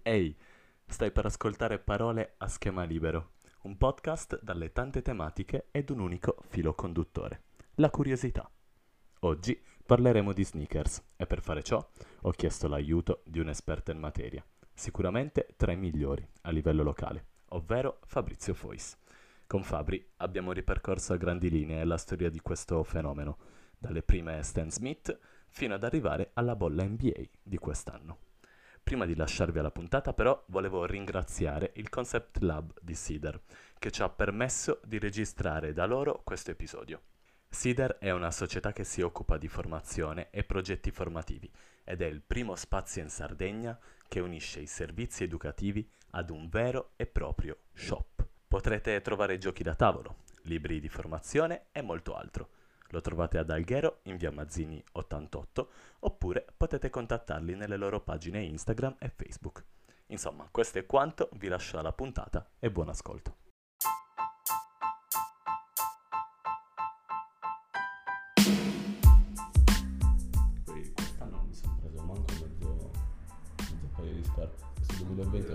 Ehi, stai per ascoltare Parole a schema libero, un podcast dalle tante tematiche ed un unico filo conduttore, la curiosità. Oggi parleremo di sneakers e per fare ciò ho chiesto l'aiuto di un esperto in materia, sicuramente tra i migliori a livello locale, ovvero Fabrizio Fois. Con Fabri abbiamo ripercorso a grandi linee la storia di questo fenomeno, dalle prime Stan Smith fino ad arrivare alla bolla NBA di quest'anno. Prima di lasciarvi alla puntata però volevo ringraziare il Concept Lab di Seeder che ci ha permesso di registrare da loro questo episodio. Seeder è una società che si occupa di formazione e progetti formativi ed è il primo spazio in Sardegna che unisce i servizi educativi ad un vero e proprio shop. Potrete trovare giochi da tavolo, libri di formazione e molto altro. Lo trovate ad Alghero in via Mazzini 88 oppure potete contattarli nelle loro pagine Instagram e Facebook. Insomma, questo è quanto, vi lascio alla puntata e buon ascolto. Poi quest'anno non mi sono preso manco mezzo paio di scarpe. Questo 2020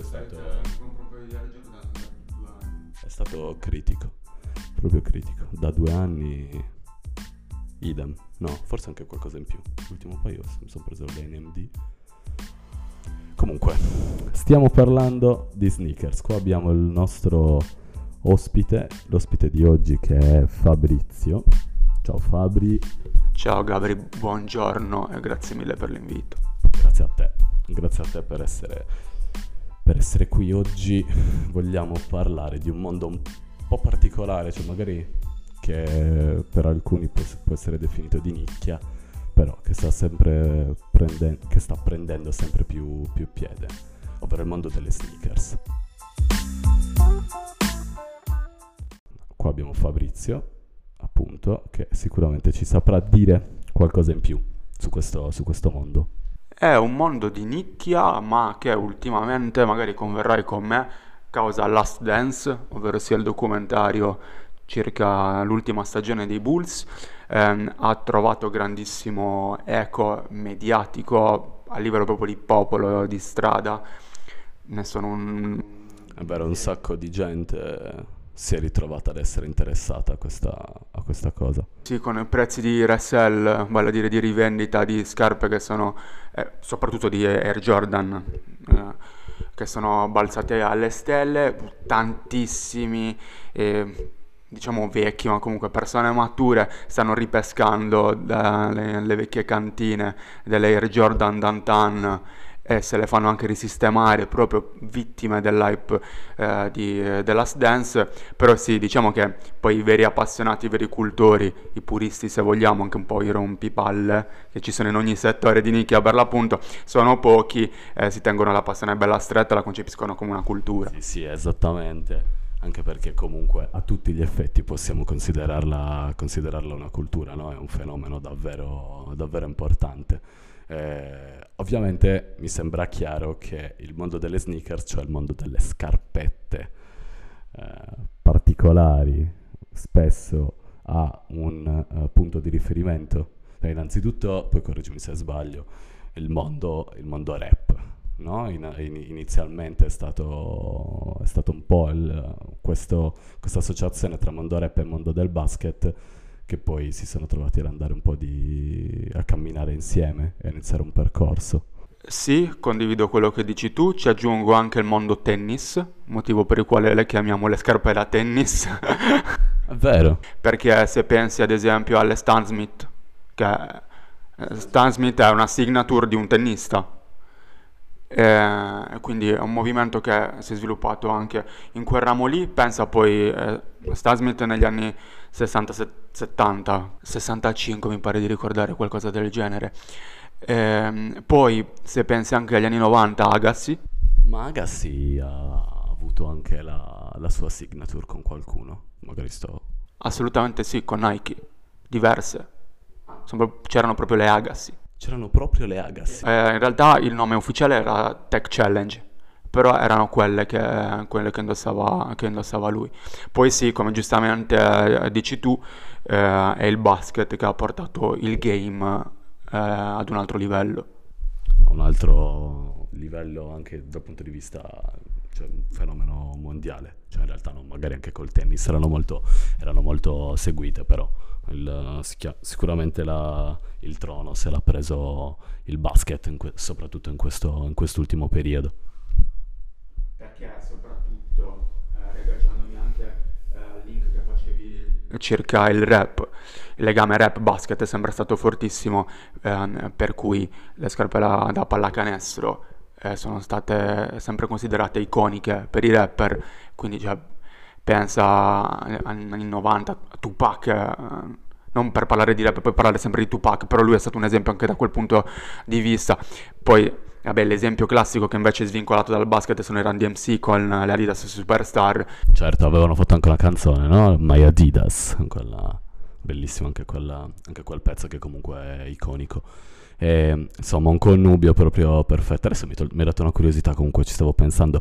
è stato critico, proprio critico. Da 2 anni idem, no, forse anche qualcosa in più. L'ultimo paio mi sono preso le NMD. Comunque, stiamo parlando di sneakers. Qua abbiamo il nostro ospite, l'ospite di oggi che è Fabrizio. Ciao Fabri. Ciao Gabri, buongiorno e grazie mille per l'invito. Grazie a te per essere qui oggi. Vogliamo parlare di un mondo un po' particolare, cioè magari che per alcuni può essere definito di nicchia, però che sta prendendo sempre più piede, ovvero il mondo delle sneakers. Qua abbiamo Fabrizio, appunto, che sicuramente ci saprà dire qualcosa in più su questo mondo. È un mondo di nicchia, ma che ultimamente, magari converrai con me, causa Last Dance, ovvero sia il documentario circa l'ultima stagione dei Bulls, ha trovato grandissimo eco mediatico a livello proprio di popolo, di strada. Ne sono È vero, un sacco di gente si è ritrovata ad essere interessata a questa cosa. Sì, con i prezzi di resell, vale a dire di rivendita di scarpe che sono, soprattutto di Air Jordan, che sono balzate alle stelle, tantissimi, diciamo vecchi, ma comunque persone mature, stanno ripescando dalle vecchie cantine delle Air Jordan Dantan e se le fanno anche risistemare, proprio vittime dell'hype The Last Dance. Però sì, diciamo che poi i veri appassionati, i veri cultori, i puristi se vogliamo, anche un po' i rompipalle che ci sono in ogni settore di nicchia per l'appunto, sono pochi, si tengono la passione bella stretta, la concepiscono come una cultura. Sì, esattamente, anche perché comunque a tutti gli effetti possiamo considerarla una cultura, no? È un fenomeno davvero importante. Ovviamente mi sembra chiaro che il mondo delle sneakers, cioè il mondo delle scarpette particolari, spesso ha un punto di riferimento. Innanzitutto, poi correggimi se sbaglio, il mondo rap, no? Inizialmente è stato un po' questa associazione tra mondo rap e mondo del basket, che poi si sono trovati ad andare un po' a camminare insieme e a iniziare un percorso. Sì, condivido quello che dici tu, ci aggiungo anche il mondo tennis, motivo per il quale le chiamiamo le scarpe da tennis. È vero. Perché se pensi ad esempio alle Stan Smith, che Stan Smith è una signature di un tennista, quindi è un movimento che si è sviluppato anche in quel ramo lì. Pensa poi Stan Smith negli anni 60, 70, 65 mi pare di ricordare, qualcosa del genere. Poi se pensi anche agli anni 90, Agassi. Ma Agassi ha avuto anche la sua signature con qualcuno, magari Assolutamente sì, con Nike, diverse. C'erano proprio le Agassi. C'erano proprio le Agassi. In realtà il nome ufficiale era Tech Challenge, però erano quelle che indossava lui. Poi sì, come giustamente dici tu, è il basket che ha portato il game ad un altro livello. Un altro livello anche dal punto di vista, cioè un fenomeno mondiale, cioè in realtà no, magari anche col tennis erano molto seguite, però sicuramente il trono se l'ha preso il basket, soprattutto in quest'ultimo periodo. Perché soprattutto, riagganciandomi anche al link che facevi circa il rap, il legame rap-basket è sempre stato fortissimo, per cui le scarpe da pallacanestro sono state sempre considerate iconiche per i rapper, quindi cioè, pensa agli anni 90, a Tupac, non per parlare di rap, puoi parlare sempre di Tupac, però lui è stato un esempio anche da quel punto di vista. Poi, vabbè, l'esempio classico che invece è svincolato dal basket sono i Run DMC con le Adidas Superstar. Certo, avevano fatto anche una canzone, no? My Adidas, quella bellissima, anche quel pezzo che comunque è iconico. E, insomma, un connubio proprio perfetto. Adesso mi hai dato una curiosità, comunque ci stavo pensando.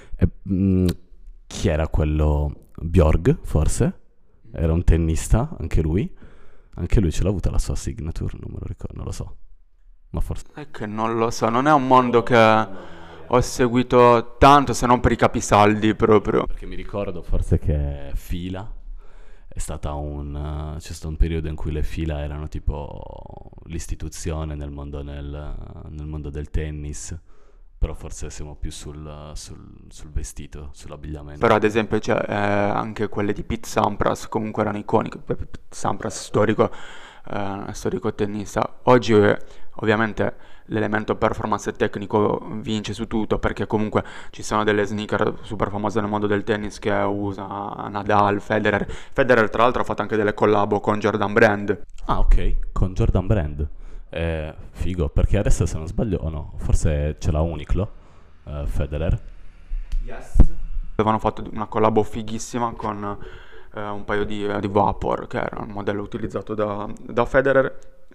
Chi era quello? Bjorg, forse? Era un tennista, anche lui. Anche lui ce l'ha avuta la sua signature, non me lo ricordo, non lo so. Ma forse... È che non lo so, non è un mondo che ho seguito tanto, se non per i capisaldi proprio. Perché mi ricordo forse che Fila è stata c'è stato un periodo in cui le Fila erano tipo l'istituzione nel mondo del tennis, però forse siamo più sul vestito, sull'abbigliamento. Però ad esempio anche quelle di Pete Sampras comunque erano iconiche. Pete Sampras storico tennista. Oggi ovviamente l'elemento performance e tecnico vince su tutto, perché comunque ci sono delle sneaker super famose nel mondo del tennis che usa Nadal, Federer. Federer tra l'altro ha fatto anche delle collabo con Jordan Brand. Ah, ok, con Jordan Brand. Figo, perché adesso se non sbaglio, o no, forse ce l'ha Uniqlo, Federer. Yes. Avevano fatto una collabo fighissima con un paio di Vapor, che era un modello utilizzato da Federer,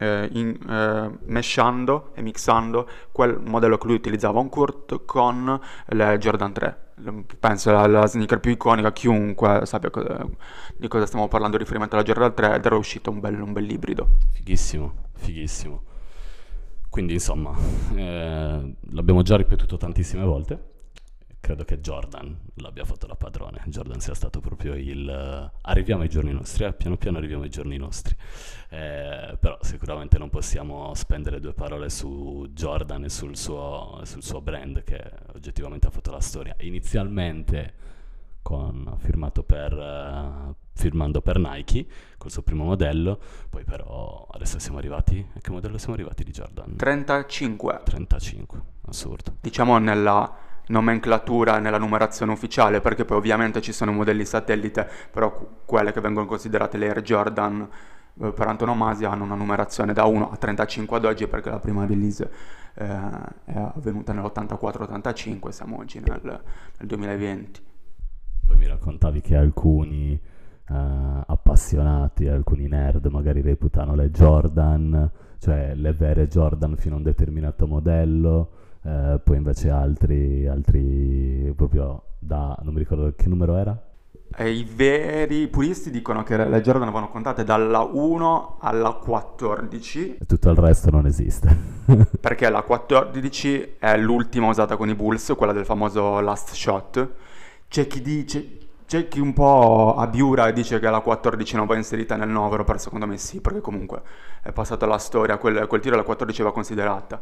meshando e mixando quel modello che lui utilizzava on court con le Jordan 3. Penso la sneaker più iconica, chiunque sappia di cosa stiamo parlando, riferimento alla Jordan 3, ed era uscito un bel ibrido. Fighissimo, fighissimo. Quindi insomma, l'abbiamo già ripetuto tantissime volte. Credo che Jordan l'abbia fatto da padrone. Jordan sia stato proprio arriviamo ai giorni nostri, piano piano arriviamo ai giorni nostri. Però sicuramente non possiamo spendere due parole su Jordan e sul suo brand, che oggettivamente ha fatto la storia. Inizialmente firmando per Nike col suo primo modello, poi però adesso siamo arrivati, a che modello siamo arrivati di Jordan? 35, assurdo. diciamo nella nomenclatura, nella numerazione ufficiale, perché poi ovviamente ci sono modelli satellite, però quelle che vengono considerate le Air Jordan per antonomasia hanno una numerazione da 1 a 35 ad oggi, perché la prima release è avvenuta nell'84-85, siamo oggi nel 2020. Poi mi raccontavi che alcuni appassionati, alcuni nerd magari reputano le Jordan, cioè le vere Jordan fino a un determinato modello, poi invece altri proprio non mi ricordo che numero era. E i veri puristi dicono che le Jordan vanno contate dalla 1 alla 14 e tutto il resto non esiste. perché la 14 è l'ultima usata con i Bulls, quella del famoso last shot. C'è chi un po' abiura e dice che la 14 non va inserita nel novero, però secondo me sì, perché comunque è passata la storia, quel tiro alla 14 va considerata.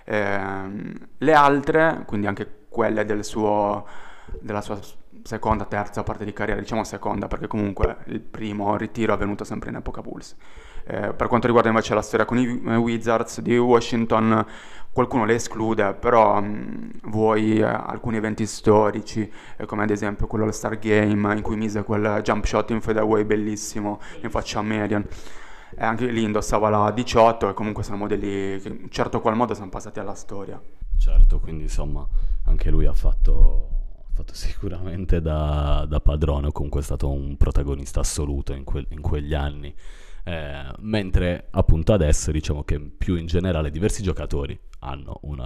Le altre, quindi anche quelle della sua seconda, terza parte di carriera, diciamo seconda, perché comunque il primo ritiro è avvenuto sempre in epoca Bulls. Per quanto riguarda invece la storia con i Wizards di Washington, qualcuno le esclude, però vuoi alcuni eventi storici, come ad esempio quello All-Star Game in cui mise quel jump shot in fadeaway bellissimo in faccia a Marion, e anche lì indossava la 18, e comunque sono modelli che in un certo qual modo sono passati alla storia. Certo, quindi insomma anche lui ha fatto sicuramente da padrone, o comunque è stato un protagonista assoluto in quegli anni. Mentre appunto adesso diciamo che più in generale diversi giocatori hanno una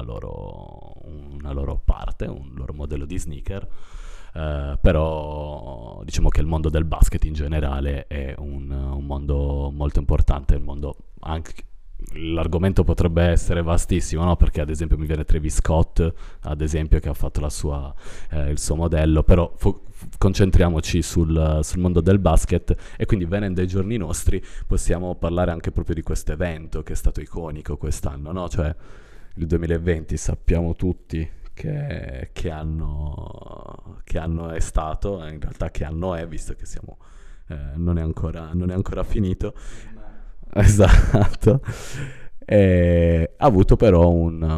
loro parte, un loro modello di sneaker, però diciamo che il mondo del basket in generale è un mondo molto importante, il mondo anche l'argomento potrebbe essere vastissimo, no? Perché ad esempio mi viene Travis Scott, ad esempio, che ha fatto il suo modello, però concentriamoci sul mondo del basket, e quindi venendo ai giorni nostri possiamo parlare anche proprio di questo evento che è stato iconico quest'anno, no? Cioè il 2020 sappiamo tutti che anno è stato, in realtà che anno è, visto che non è ancora finito. Esatto. Ha avuto però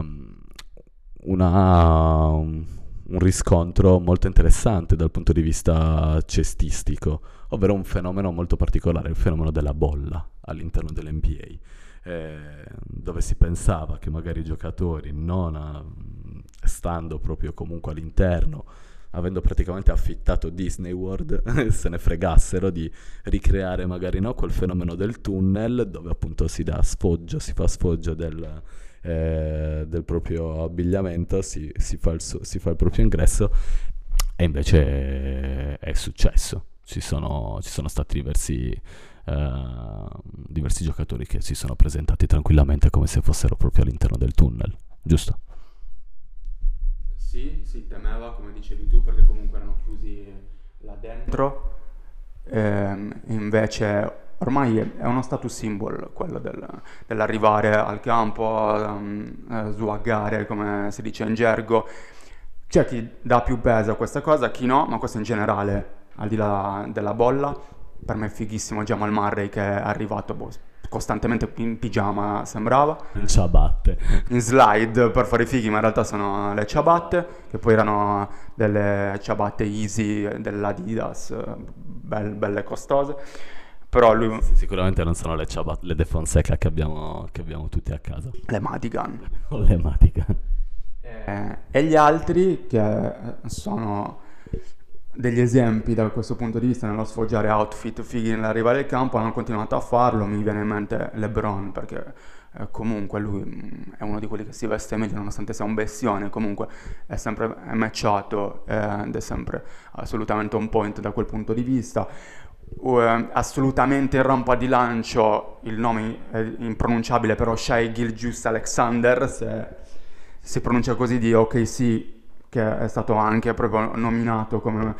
un riscontro molto interessante dal punto di vista cestistico, ovvero un fenomeno molto particolare, il fenomeno della bolla all'interno dell'NBA, dove si pensava che magari i giocatori, stando proprio comunque all'interno, avendo praticamente affittato Disney World, se ne fregassero di ricreare magari, no, quel fenomeno del tunnel, dove appunto si fa sfoggio del proprio abbigliamento, si fa il proprio ingresso, e invece è successo. Ci sono stati diversi giocatori che si sono presentati tranquillamente come se fossero proprio all'interno del tunnel, giusto? Sì, si temeva, come dicevi tu, perché comunque erano chiusi là dentro. Invece ormai è uno status symbol quello dell'arrivare al campo, swaggare, come si dice in gergo. C'è chi dà più peso a questa cosa, chi no, ma questo in generale, al di là della bolla. Per me è fighissimo Jamal Murray, che è arrivato costantemente in pigiama, sembrava. In ciabatte. In slide per fare i fighi, ma in realtà sono le ciabatte, che poi erano delle ciabatte Easy dell'Adidas, belle costose. Però lui... Sicuramente non sono le ciabatte, le De Fonseca che abbiamo tutti a casa. Le Madigan. O le Madigan. E gli altri, che sono degli esempi da questo punto di vista nello sfoggiare outfit fighi nell'arrivare al campo, hanno continuato a farlo. Mi viene in mente LeBron, perché comunque lui è uno di quelli che si veste meglio, nonostante sia un bestione. Comunque è matchato ed è sempre assolutamente on point da quel punto di vista. Assolutamente in rampa di lancio, il nome è impronunciabile, però Shai Gilgeous-Alexander, se si pronuncia così, di OKC, che è stato anche proprio nominato come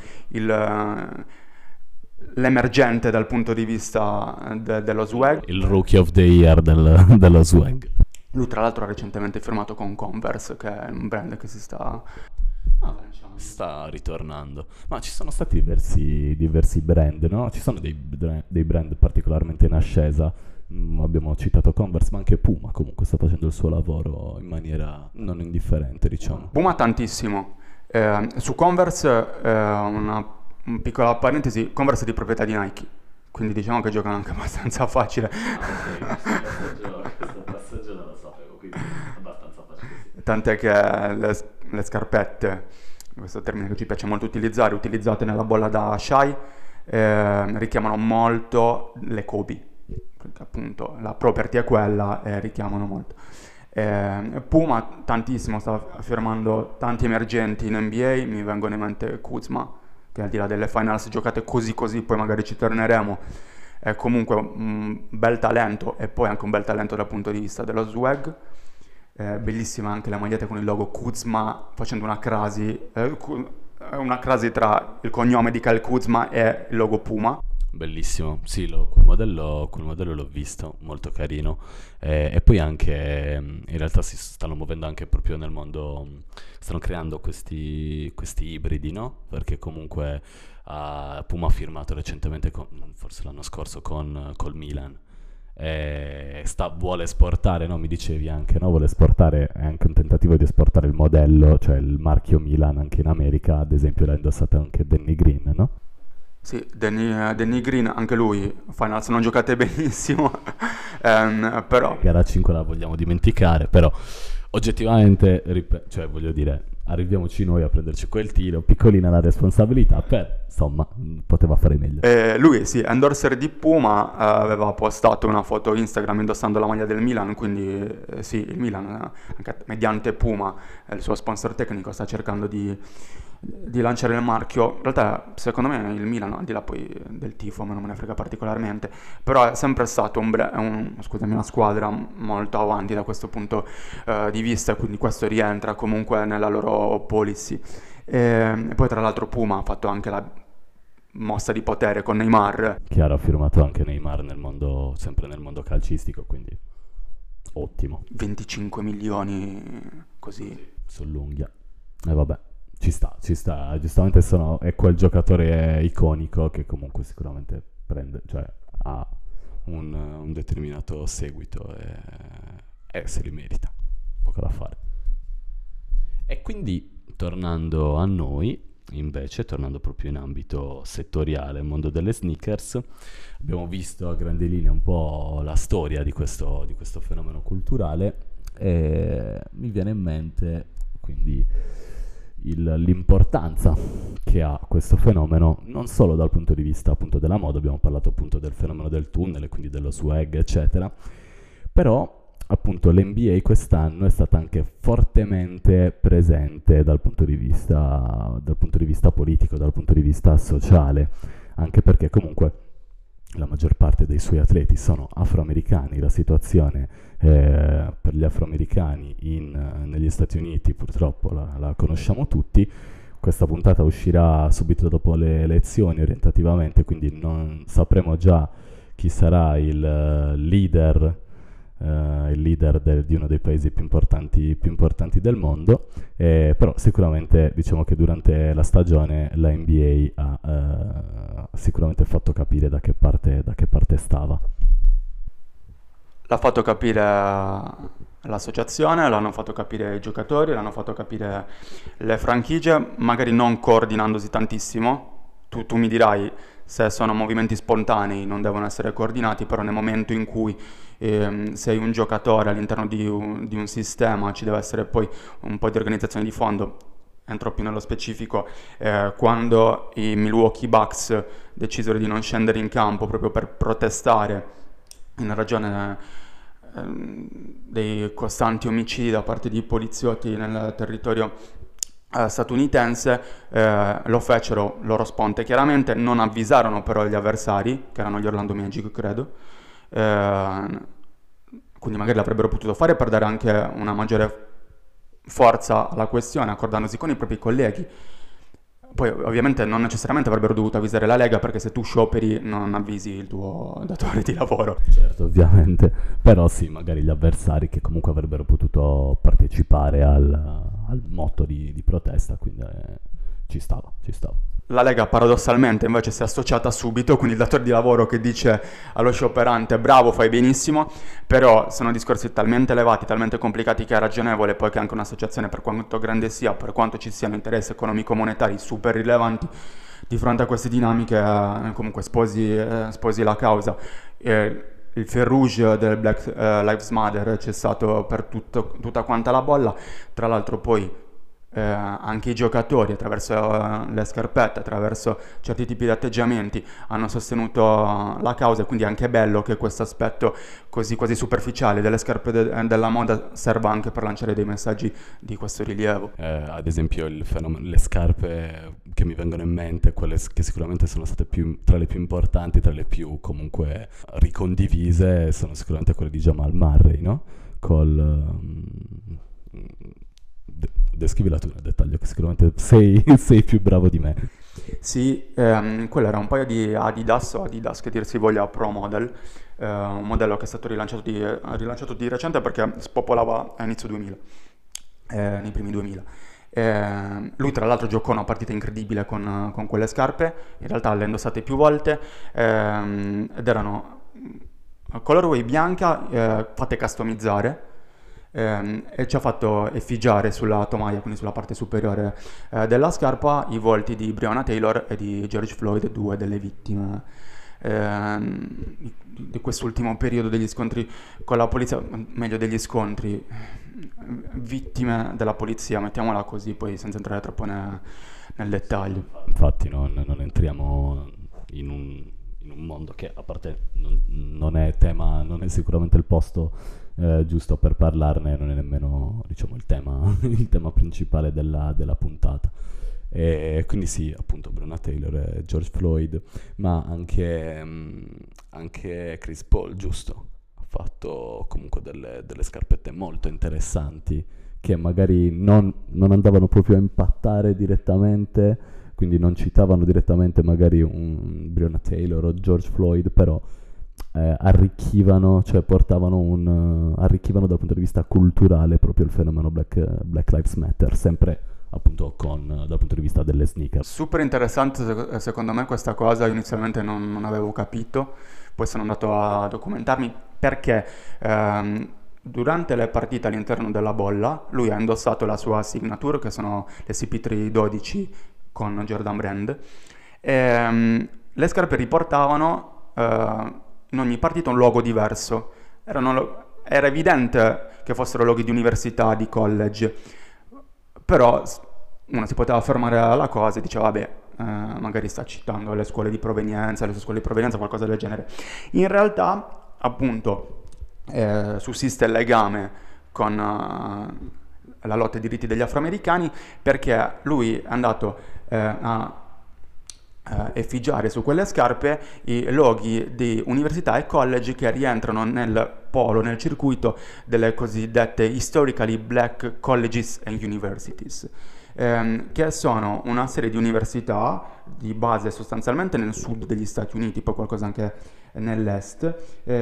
l'emergente dal punto di vista dello swag. Il Rookie of the Year dello swag. Lui tra l'altro ha recentemente firmato con Converse, che è un brand che si sta ritornando. Ma ci sono stati diversi brand, no? Ci sono dei brand particolarmente in ascesa. Abbiamo citato Converse, ma anche Puma comunque sta facendo il suo lavoro in maniera non indifferente, diciamo. Puma tantissimo. Su Converse, una piccola parentesi, Converse è di proprietà di Nike, quindi diciamo che giocano anche abbastanza facile. Questo passaggio non lo sapevo, quindi abbastanza facile. Sì. Tant'è che le scarpette, questo termine che ci piace molto utilizzare, utilizzate nella bolla da Shai, richiamano molto le Kobe, perché appunto la property è quella e richiamano molto. Puma tantissimo, sta firmando tanti emergenti in NBA, mi vengono in mente Kuzma, che al di là delle finals giocate così, poi magari ci torneremo, è comunque un bel talento, e poi anche un bel talento dal punto di vista dello swag. Bellissima anche la maglietta con il logo Kuzma, facendo una crasi tra il cognome di Kyle Kuzma e il logo Puma. Bellissimo, sì, quel modello l'ho visto, molto carino. E poi anche in realtà si stanno muovendo anche proprio nel mondo, stanno creando questi ibridi, no? Perché comunque Puma ha firmato recentemente, forse l'anno scorso, col Milan. Vuole esportare, no? Mi dicevi anche, no? Vuole esportare, è anche un tentativo di esportare il modello, cioè il marchio Milan anche in America. Ad esempio l'ha indossato anche Danny Green, no? Sì, Danny Green, anche lui, finals non giocate benissimo, però... Gara 5 la vogliamo dimenticare, però oggettivamente, cioè voglio dire, arriviamoci noi a prenderci quel tiro, piccolina la responsabilità, insomma, poteva fare meglio. Lui, sì, endorser di Puma, aveva postato una foto Instagram indossando la maglia del Milan, quindi sì, il Milan, anche mediante Puma, il suo sponsor tecnico, sta cercando di di lanciare il marchio. In realtà secondo me il Milan, al di là poi del tifo, non me ne frega particolarmente, però è sempre stato una squadra molto avanti da questo punto di vista, quindi questo rientra comunque nella loro policy. E poi tra l'altro Puma ha fatto anche la mossa di potere con Neymar. Chiaro, ha firmato anche Neymar sempre nel mondo calcistico, quindi ottimo. 25 milioni così. Sull'unghia. E vabbè, ci sta. Giustamente è quel giocatore iconico che comunque sicuramente ha un determinato seguito e se li merita. Poco da fare. E quindi, tornando a noi, invece, tornando proprio in ambito settoriale, il mondo delle sneakers, abbiamo visto a grandi linee un po' la storia di questo fenomeno culturale e mi viene in mente quindi l'importanza che ha questo fenomeno non solo dal punto di vista appunto della moda, abbiamo parlato appunto del fenomeno del tunnel e quindi dello swag eccetera, però appunto l'NBA quest'anno è stata anche fortemente presente dal punto di vista politico, dal punto di vista sociale, anche perché comunque la maggior parte dei suoi atleti sono afroamericani. La situazione per gli afroamericani negli Stati Uniti purtroppo la conosciamo tutti. Questa puntata uscirà subito dopo le elezioni orientativamente, quindi non sapremo già chi sarà il leader di uno dei paesi più importanti del mondo, però sicuramente diciamo che durante la stagione la NBA ha sicuramente fatto capire da che parte stava. L'ha fatto capire l'associazione, l'hanno fatto capire i giocatori, l'hanno fatto capire le franchigie, magari non coordinandosi tantissimo. Tu mi dirai, se sono movimenti spontanei non devono essere coordinati, però nel momento in cui sei un giocatore all'interno di un sistema ci deve essere poi un po' di organizzazione di fondo. Entro più nello specifico, quando i Milwaukee Bucks decisero di non scendere in campo proprio per protestare in ragione dei costanti omicidi da parte di poliziotti nel territorio statunitense, lo fecero loro sponte, chiaramente non avvisarono però gli avversari, che erano gli Orlando Magic credo, quindi magari l'avrebbero potuto fare per dare anche una maggiore forza alla questione, accordandosi con i propri colleghi. Poi ovviamente non necessariamente avrebbero dovuto avvisare la Lega, perché se tu scioperi non avvisi il tuo datore di lavoro. Certo, ovviamente, però sì, magari gli avversari che comunque avrebbero potuto partecipare al motto di protesta, quindi ci stava. La Lega paradossalmente invece si è associata subito, quindi il datore di lavoro che dice allo scioperante bravo, fai benissimo, però sono discorsi talmente elevati, talmente complicati che è ragionevole poi che anche un'associazione, per quanto grande sia, per quanto ci siano interessi economico-monetari super rilevanti, di fronte a queste dinamiche comunque sposi la causa. Il fil rouge del Black Lives Matter c'è stato per tutta quanta la bolla, tra l'altro poi anche i giocatori attraverso le scarpette, attraverso certi tipi di atteggiamenti hanno sostenuto la causa, quindi è anche bello che questo aspetto così quasi superficiale delle scarpe della moda serva anche per lanciare dei messaggi di questo rilievo. Ad esempio il fenomeno, le scarpe che mi vengono in mente, quelle che sicuramente sono state tra le più importanti, tra le più comunque ricondivise, sono sicuramente quelle di Jamal Murray, no? Descrivila tu nel dettaglio, che sicuramente sei più bravo di me. Sì, quello era un paio di Adidas che dir si voglia Pro Model, un modello che è stato rilanciato di recente perché spopolava a inizio 2000, nei primi 2000. Lui tra l'altro giocò una partita incredibile con quelle scarpe, in realtà le indossate più volte, ed erano colorway bianca, fatte customizzare, e ci ha fatto effigiare sulla tomaia, quindi sulla parte superiore della scarpa, i volti di Breonna Taylor e di George Floyd, due delle vittime di quest'ultimo periodo degli scontri con la polizia, meglio degli scontri, vittime della polizia, mettiamola così, poi senza entrare troppo nel dettaglio. Infatti non entriamo in un mondo che, a parte non è tema, non è sicuramente il posto giusto per parlarne, non è nemmeno diciamo il tema principale della puntata. E quindi sì, appunto Breonna Taylor e George Floyd, ma anche Chris Paul, giusto? Ha fatto comunque delle scarpette molto interessanti che magari non andavano proprio a impattare direttamente, quindi non citavano direttamente magari un Breonna Taylor o George Floyd, però arricchivano, cioè arricchivano dal punto di vista culturale proprio il fenomeno Black Lives Matter, sempre appunto dal punto di vista delle sneaker. Super interessante secondo me questa cosa, io inizialmente non avevo capito, poi sono andato a documentarmi perché durante le partite all'interno della bolla lui ha indossato la sua signature, che sono le CP312 con Jordan Brand, e le scarpe riportavano in ogni partita un logo diverso. Era evidente che fossero loghi di università, di college, però uno si poteva fermare alla cosa e diceva vabbè, magari sta citando le scuole di provenienza, le sue scuole di provenienza, qualcosa del genere. In realtà, appunto, sussiste il legame con la lotta ai diritti degli afroamericani, perché lui è andato a effigiare su quelle scarpe i loghi di università e college che rientrano nel polo, nel circuito delle cosiddette Historically Black Colleges and Universities, che sono una serie di università di base sostanzialmente nel sud degli Stati Uniti, poi qualcosa anche nell'est,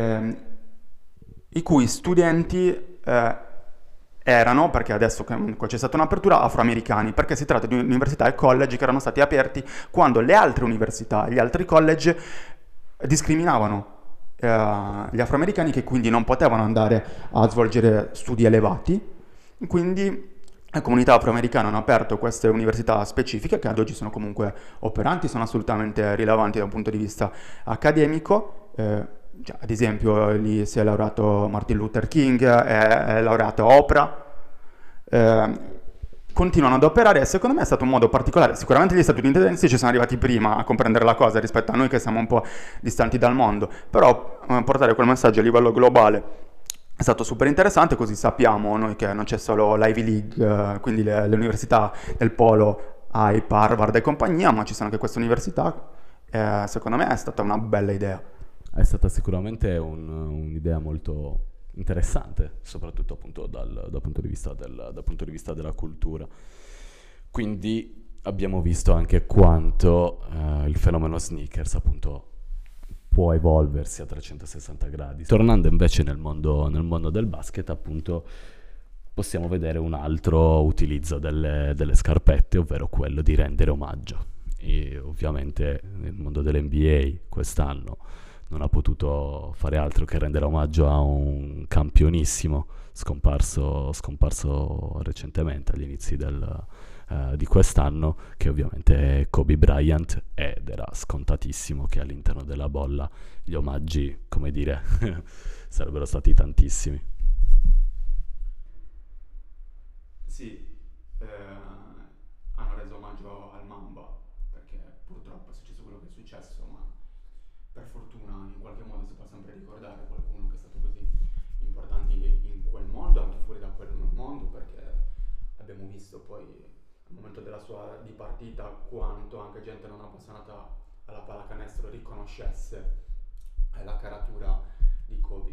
i cui studenti erano, perché adesso c'è stata un'apertura, afroamericani, perché si tratta di università e college che erano stati aperti quando le altre università, gli altri college discriminavano gli afroamericani, che quindi non potevano andare a svolgere studi elevati. Quindi le comunità afroamericane hanno aperto queste università specifiche che ad oggi sono comunque operanti, sono assolutamente rilevanti da un punto di vista accademico. Ad esempio lì si è laureato Martin Luther King, è laureato Oprah, continuano ad operare e secondo me è stato un modo particolare. Sicuramente gli statunitensi ci sono arrivati prima a comprendere la cosa rispetto a noi che siamo un po' distanti dal mondo, però portare quel messaggio a livello globale è stato super interessante, così sappiamo noi che non c'è solo l'Ivy League, quindi le università del polo, Hype, Harvard e compagnia, ma ci sono anche queste università. Secondo me è stata una bella idea. È stata sicuramente un'idea molto interessante, soprattutto appunto dal punto di vista della cultura. Quindi abbiamo visto anche quanto il fenomeno sneakers appunto può evolversi a 360 gradi. Tornando invece nel mondo del basket, appunto, possiamo vedere un altro utilizzo delle scarpette, ovvero quello di rendere omaggio. E ovviamente nel mondo dell'NBA quest'anno non ha potuto fare altro che rendere omaggio a un campionissimo scomparso recentemente agli inizi di quest'anno, che ovviamente è Kobe Bryant, ed era scontatissimo che all'interno della bolla gli omaggi, come dire, sarebbero stati tantissimi. Sì, hanno reso omaggio al Mamba, perché purtroppo è successo quello che è successo, ma per fortuna in qualche modo si può sempre ricordare qualcuno che è stato così importante in quel mondo, anche fuori da quel mondo, perché abbiamo visto poi al momento della sua dipartita quanto anche gente non appassionata alla pallacanestro riconoscesse la caratura di Kobe.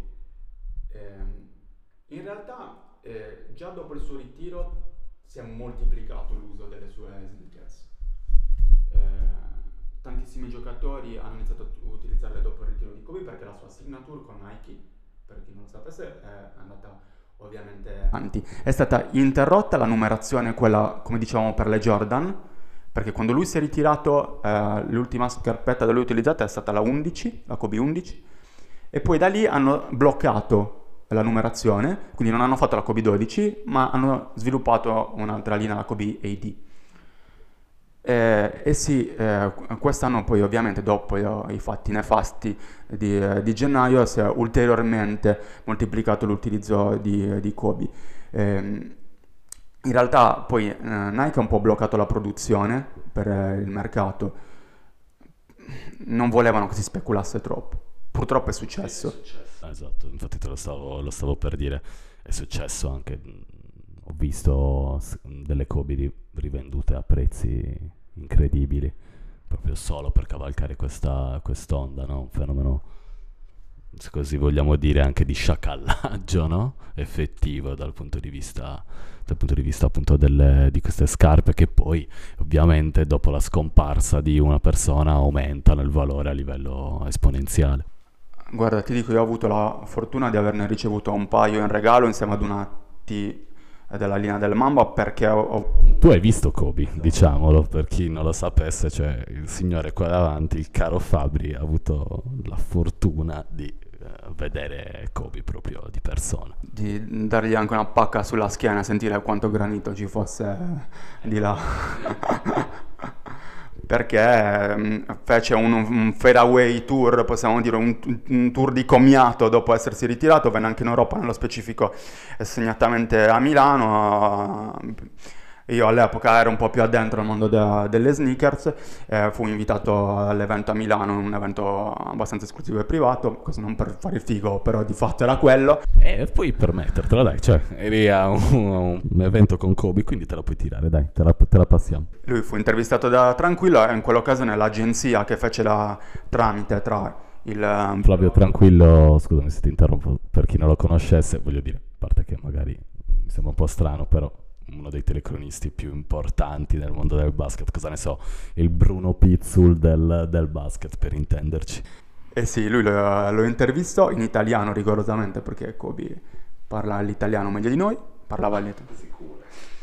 In realtà già dopo il suo ritiro si è moltiplicato l'uso delle sue sneakers. Tantissimi giocatori hanno iniziato a utilizzarle dopo il ritiro di Kobe, perché la sua signature con Nike, per chi non lo sapesse, è andata ovviamente avanti. È stata interrotta la numerazione, quella come dicevamo per le Jordan, perché quando lui si è ritirato l'ultima scarpetta da lui utilizzata è stata la 11, la Kobe 11, e poi da lì hanno bloccato la numerazione, quindi non hanno fatto la Kobe 12, ma hanno sviluppato un'altra linea, la Kobe AD. Quest'anno poi ovviamente dopo i fatti nefasti di gennaio si è ulteriormente moltiplicato l'utilizzo di Kobe. In realtà poi Nike ha un po' bloccato la produzione per il mercato, non volevano che si speculasse troppo. Purtroppo è successo. Esatto, infatti te lo stavo per dire, è successo anche ho visto delle Kobe rivendute a prezzi incredibili, proprio solo per cavalcare quest'onda, no? Un fenomeno, se così vogliamo dire, anche di sciacallaggio, no? Effettivo dal punto di vista appunto di queste scarpe, che poi ovviamente dopo la scomparsa di una persona aumentano il valore a livello esponenziale. Guarda, ti dico, io ho avuto la fortuna di averne ricevuto un paio in regalo insieme ad una T della linea del Mamba perché Tu hai visto Kobe, diciamolo, per chi non lo sapesse, cioè il signore qua davanti, il caro Fabri, ha avuto la fortuna di vedere Kobe proprio di persona. di dargli anche una pacca sulla schiena e sentire quanto granito ci fosse di là. Perché fece un fadeaway tour, possiamo dire un tour di commiato dopo essersi ritirato, venne anche in Europa, nello specifico segnatamente a Milano. Io all'epoca ero un po' più addentro al mondo delle sneakers, fui invitato all'evento a Milano, un evento abbastanza esclusivo e privato, questo non per fare il figo, però di fatto era quello. E puoi permettertelo, dai, cioè eri a un evento con Kobe, quindi te la puoi tirare, dai, te la passiamo. Lui fu intervistato da Tranquillo e in quell'occasione l'agenzia che fece la tramite tra il... Flavio Tranquillo, scusami se ti interrompo, per chi non lo conoscesse, voglio dire, a parte che magari mi sembra un po' strano, però uno dei telecronisti più importanti nel mondo del basket, cosa ne so, il Bruno Pizzul del basket, per intenderci. Eh sì, lui lo intervistò in italiano rigorosamente perché Kobe parla l'italiano meglio di noi, parlava l'italiano. Sicuro.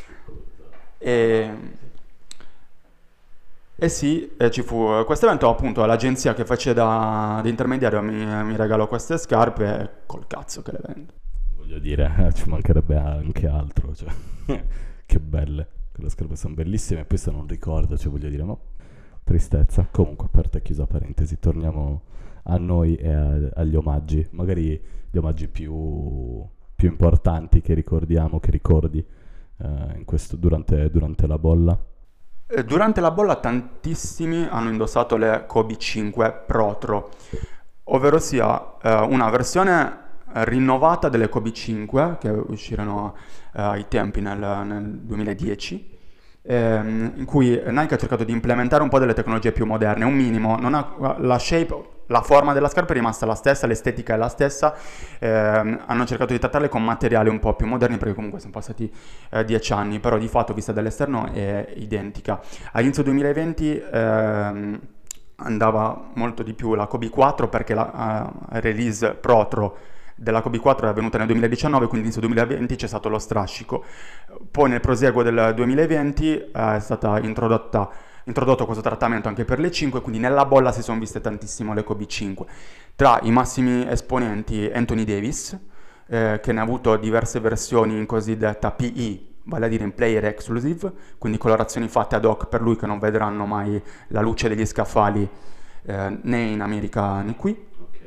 E sì, ci fu questo evento, appunto, l'agenzia che fece da intermediario mi regalò queste scarpe e col cazzo che le vendo. Voglio dire, ci mancherebbe anche altro, cioè, che belle, quelle scarpe sono bellissime, e poi se non ricordo, cioè voglio dire, ma tristezza. Comunque, aperta e chiusa parentesi, torniamo a noi e agli omaggi, magari gli omaggi più importanti che ricordiamo, che ricordi durante la bolla. Durante la bolla tantissimi hanno indossato le Kobe 5 Protro, ovvero sia una versione rinnovata delle Kobe 5 che uscirono ai tempi nel 2010, in cui Nike ha cercato di implementare un po' delle tecnologie più moderne, un minimo, non ha, la shape, la forma della scarpa è rimasta la stessa, l'estetica è la stessa, hanno cercato di trattarle con materiali un po' più moderni perché comunque sono passati 10 anni, però di fatto vista dall'esterno è identica. All'inizio 2020 andava molto di più la Kobe 4 perché la release Protro della Kobe 4 è avvenuta nel 2019, quindi inizio 2020 c'è stato lo strascico. Poi nel proseguo del 2020 è stata introdotto questo trattamento anche per le 5, quindi nella bolla si sono viste tantissimo le Kobe 5. Tra i massimi esponenti Anthony Davis, che ne ha avuto diverse versioni in cosiddetta PE, vale a dire in player exclusive, quindi colorazioni fatte ad hoc per lui che non vedranno mai la luce degli scaffali né in America né qui.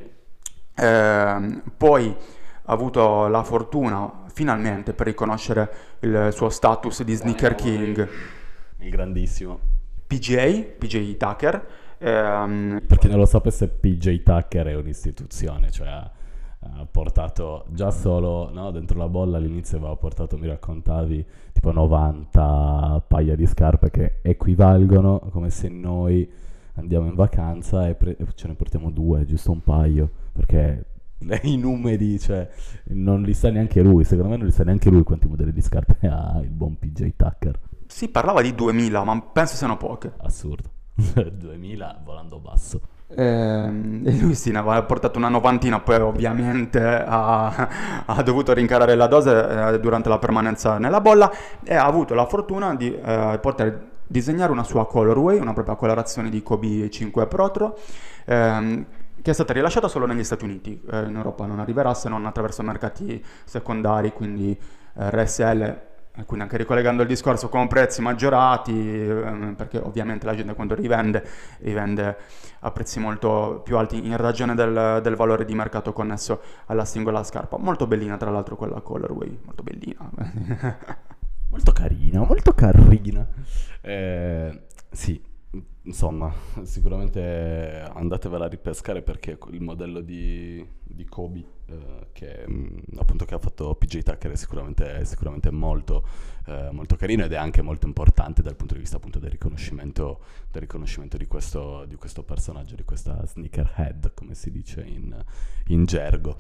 Poi ha avuto la fortuna finalmente per riconoscere il suo status di sneaker king, Il grandissimo. PJ Tucker. Per chi non lo sapesse, PJ Tucker è un'istituzione, cioè ha portato già solo, no, dentro la bolla all'inizio aveva portato, mi raccontavi, tipo 90 paia di scarpe che equivalgono come se noi andiamo in vacanza e ce ne portiamo 2, giusto un paio, perché i numeri, cioè, non li sa neanche lui, secondo me non li sa neanche lui quanti modelli di scarpe ha il buon PJ Tucker. Si parlava di 2000, ma penso siano poche. Assurdo. 2000 volando basso. E lui sì, ne aveva portato una novantina, poi ovviamente ha dovuto rincarare la dose durante la permanenza nella bolla e ha avuto la fortuna di poter disegnare una sua colorway, una propria colorazione di Kobe 5 Protro, che è stata rilasciata solo negli Stati Uniti. In Europa non arriverà se non attraverso mercati secondari, quindi RSL. Quindi anche ricollegando il discorso con prezzi maggiorati, perché ovviamente la gente quando rivende a prezzi molto più alti in ragione del valore di mercato connesso alla singola scarpa. Molto bellina tra l'altro quella colorway, molto bellina. Molto carina, molto carina. Sì, insomma, sicuramente andatevela a ripescare perché il modello di Kobe, che appunto che ha fatto PJ Tucker è sicuramente molto, molto carino ed è anche molto importante dal punto di vista appunto del riconoscimento di questo personaggio, di questa sneakerhead, come si dice in gergo.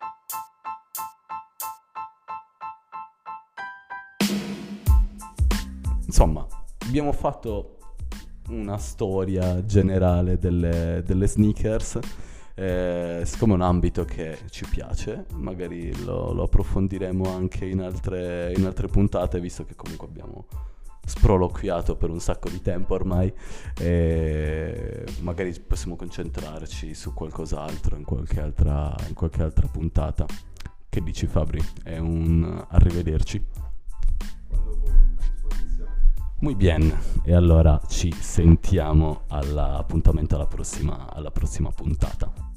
Insomma, abbiamo fatto una storia generale delle sneakers. Siccome è un ambito che ci piace, magari lo approfondiremo anche in altre puntate, visto che comunque abbiamo sproloquiato per un sacco di tempo ormai, e magari possiamo concentrarci su qualcos'altro in qualche altra puntata. Che dici, Fabri? È un arrivederci. Muy bien, e allora ci sentiamo all'appuntamento alla prossima puntata.